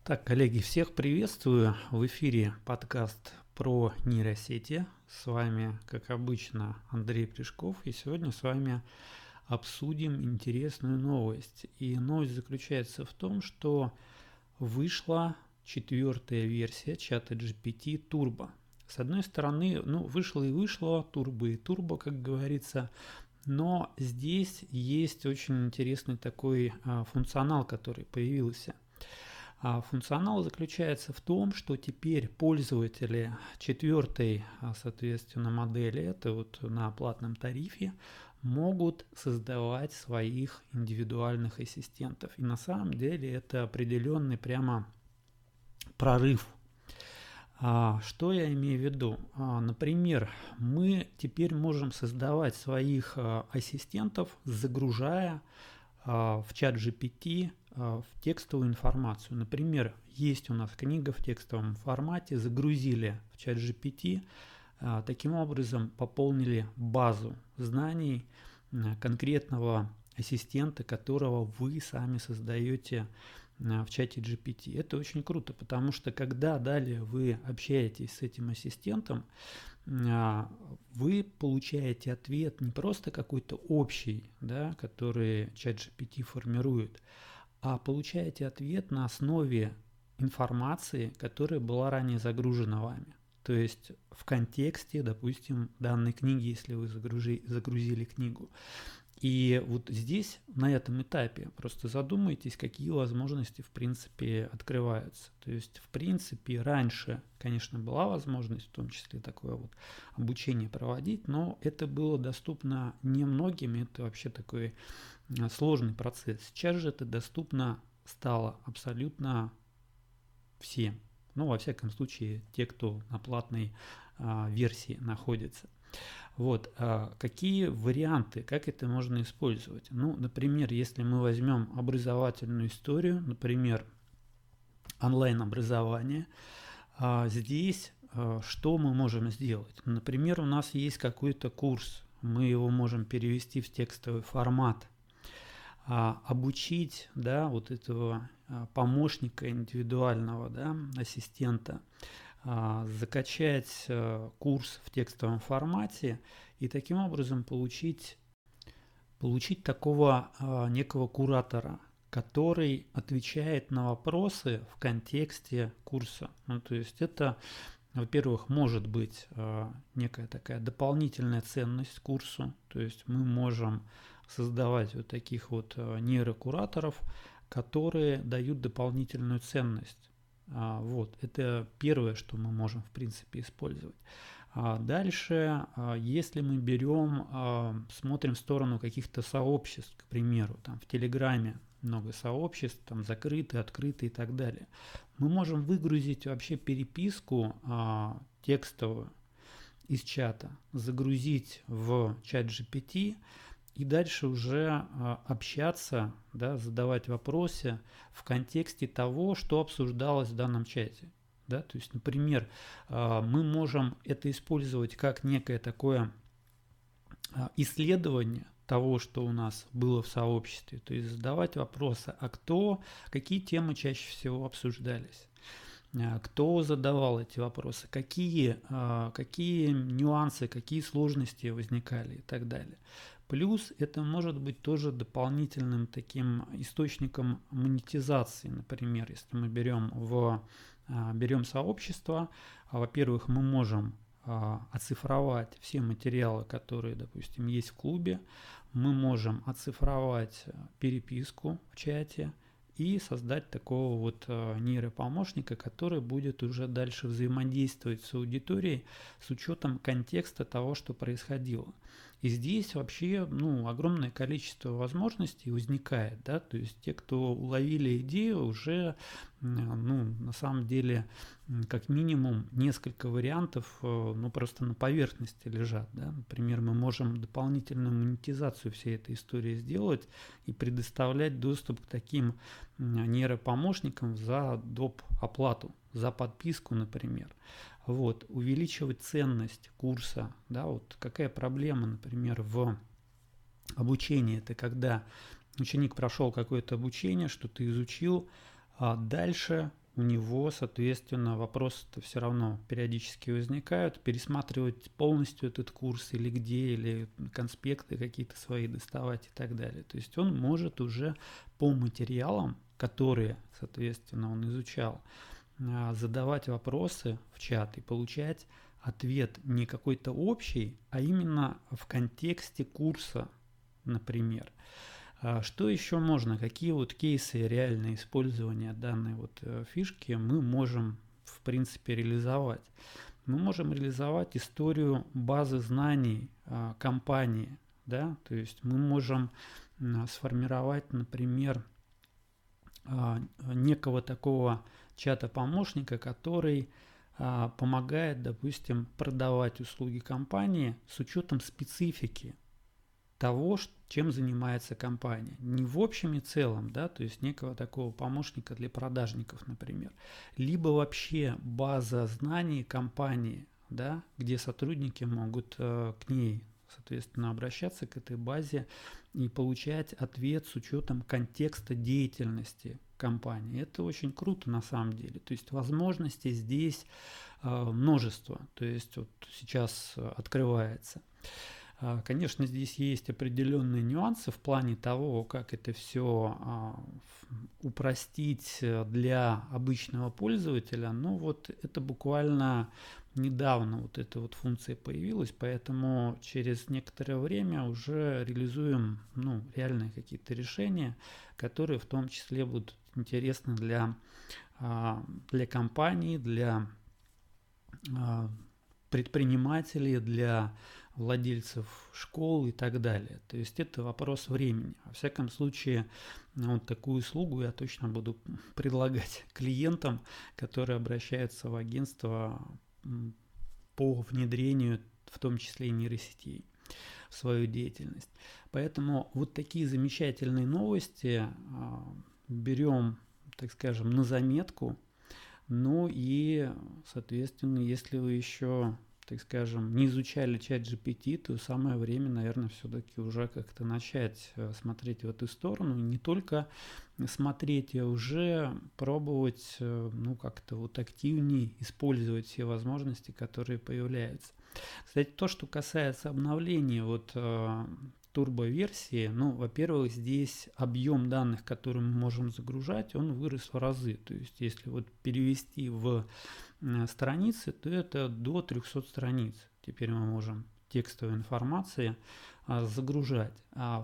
Так, коллеги, всех приветствую. В эфире подкаст про нейросети. С вами, как обычно, Андрей Прыжков. И сегодня с вами обсудим интересную новость. И новость заключается в том, что вышла 4-я версия чата GPT Turbo. С одной стороны, вышло и вышло, турбо и турбо, как говорится. Но здесь есть очень интересный такой функционал, который появился. Функционал заключается в том, что теперь пользователи 4-й, соответственно, модели, это вот на платном тарифе, могут создавать своих индивидуальных ассистентов. И на самом деле это определенный прямо прорыв. Что я имею в виду? Например, мы теперь можем создавать своих ассистентов, загружая в чат GPT в текстовую информацию. Например, есть у нас книга в текстовом формате, загрузили в чат GPT, таким образом пополнили базу знаний конкретного ассистента, которого вы сами создаете в чате GPT. Это очень круто, потому что когда далее вы общаетесь с этим ассистентом, вы получаете ответ не просто какой-то общий, да, который чат GPT формирует, а получаете ответ на основе информации, которая была ранее загружена вами. То есть в контексте, допустим, данной книги, если вы загрузили книгу. И вот здесь, на этом этапе, просто задумайтесь, какие возможности, в принципе, открываются. То есть, в принципе, раньше, конечно, была возможность, в том числе, такое вот обучение проводить, но это было доступно немногим, это вообще такой сложный процесс. Сейчас же это доступно стало абсолютно всем. Ну, во всяком случае, те, кто на платной версии находится. Вот, какие варианты, как это можно использовать? Ну, например, если мы возьмем образовательную историю, например, онлайн-образование, здесь что мы можем сделать? Например, у нас есть какой-то курс, мы его можем перевести в текстовый формат, обучить, да, вот этого помощника индивидуального, да, ассистента, закачать курс в текстовом формате и таким образом получить такого некого куратора, который отвечает на вопросы в контексте курса. Ну, то есть это, во-первых, может быть некая такая дополнительная ценность курсу, то есть мы можем создавать вот таких вот нейрокураторов, которые дают дополнительную ценность. Вот, это первое, что мы можем, в принципе, использовать. Дальше, если мы берем, смотрим в сторону каких-то сообществ, к примеру, там в Телеграме много сообществ, там закрытые, открытые и так далее, мы можем выгрузить вообще переписку текстовую из чата, загрузить в чат GPT, и дальше уже общаться, да, задавать вопросы в контексте того, что обсуждалось в данном чате. Да? То есть, например, мы можем это использовать как некое такое исследование того, что у нас было в сообществе. То есть задавать вопросы, какие темы чаще всего обсуждались. Кто задавал эти вопросы, какие нюансы, какие сложности возникали и так далее. Плюс это может быть тоже дополнительным таким источником монетизации. Например, если мы берем сообщество, во-первых, мы можем оцифровать все материалы, которые, допустим, есть в клубе, мы можем оцифровать переписку в чате и создать такого вот нейропомощника, который будет уже дальше взаимодействовать с аудиторией с учетом контекста того, что происходило. И здесь вообще огромное количество возможностей возникает, да, то есть те, кто уловили идею, уже на самом деле как минимум несколько вариантов просто на поверхности лежат, да. Например, мы можем дополнительную монетизацию всей этой истории сделать и предоставлять доступ к таким нейропомощникам за доп. Оплату, за подписку, например. Вот, увеличивать ценность курса, да, вот какая проблема, например, в обучении, это когда ученик прошел какое-то обучение, что-то изучил, а дальше у него, соответственно, вопросы-то все равно периодически возникают. Пересматривать полностью этот курс или где, или конспекты какие-то свои доставать и так далее. То есть он может уже по материалам, которые, соответственно, он изучал, задавать вопросы в чат и получать ответ не какой-то общий, а именно в контексте курса, например. Что еще можно? Какие вот кейсы реального использования данной вот фишки мы можем, в принципе, реализовать? Мы можем реализовать историю базы знаний компании, да, то есть мы можем сформировать, например, некого такого чата-помощника, который помогает, допустим, продавать услуги компании с учетом специфики того, чем занимается компания. Не в общем и целом, да, то есть некого такого помощника для продажников, например. Либо вообще база знаний компании, да, где сотрудники могут к ней, соответственно, обращаться к этой базе и получать ответ с учетом контекста деятельности компании. Это очень круто на самом деле. То есть возможностей здесь множество. То есть вот сейчас открывается. Конечно, здесь есть определенные нюансы в плане того, как это все упростить для обычного пользователя. Но вот это буквально недавно вот эта вот функция появилась, поэтому через некоторое время уже реализуем реальные какие-то решения, которые в том числе будут интересны для компаний, для предпринимателей, для владельцев школ и так далее. То есть это вопрос времени. Во всяком случае, вот такую услугу я точно буду предлагать клиентам, которые обращаются в агентство по внедрению, в том числе и нейросетей, в свою деятельность. Поэтому вот такие замечательные новости берем, так скажем, на заметку. Ну и, соответственно, если вы еще, так скажем, не изучали ChatGPT, то самое время, наверное, все-таки уже как-то начать смотреть в эту сторону. И не только смотреть, а уже пробовать, как-то вот активнее использовать все возможности, которые появляются. Кстати, то, что касается обновления турбо-версии, во-первых, здесь объем данных, которые мы можем загружать, он вырос в разы. То есть, если вот перевести в страницы, то это до 300 страниц. Теперь мы можем текстовой информации загружать.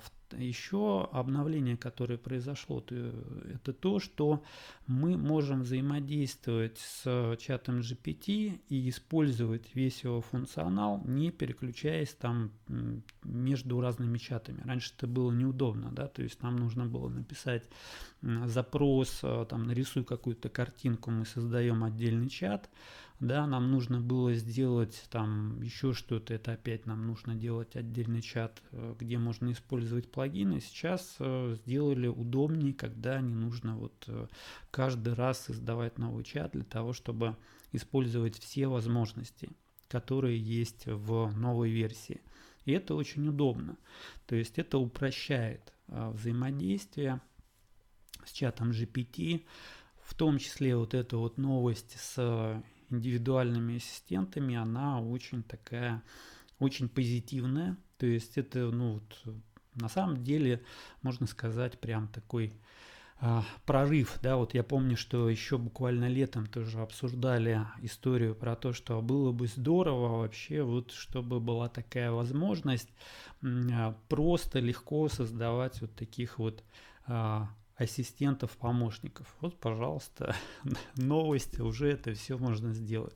Еще обновление, которое произошло, это то, что мы можем взаимодействовать с чатом GPT и использовать весь его функционал, не переключаясь там между разными чатами. Раньше это было неудобно, да, то есть нам нужно было написать запрос, там, нарисуй какую-то картинку, мы создаем отдельный чат, да, нам нужно было сделать там еще что-то, это опять нам нужно делать отдельный чат, где можно использовать плагины. Сейчас сделали удобнее, когда не нужно каждый раз создавать новый чат для того, чтобы использовать все возможности, которые есть в новой версии. И это очень удобно. То есть это упрощает взаимодействие с чатом GPT, в том числе вот эта вот новость с индивидуальными ассистентами, она очень такая, очень позитивная. То есть это, на самом деле, можно сказать, прям такой прорыв, да, вот я помню, что еще буквально летом тоже обсуждали историю про то, что было бы здорово вообще, чтобы была такая возможность просто легко создавать вот таких вот ассистентов, помощников. Вот, пожалуйста, новость, уже это все можно сделать.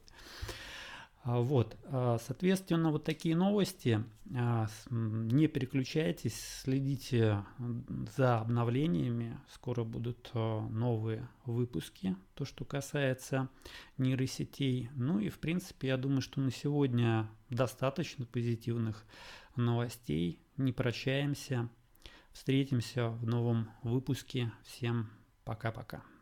Соответственно, вот такие новости. Не переключайтесь, следите за обновлениями. Скоро будут новые выпуски, то, что касается нейросетей. И, в принципе, я думаю, что на сегодня достаточно позитивных новостей. Не прощаемся. Встретимся в новом выпуске. Всем пока-пока.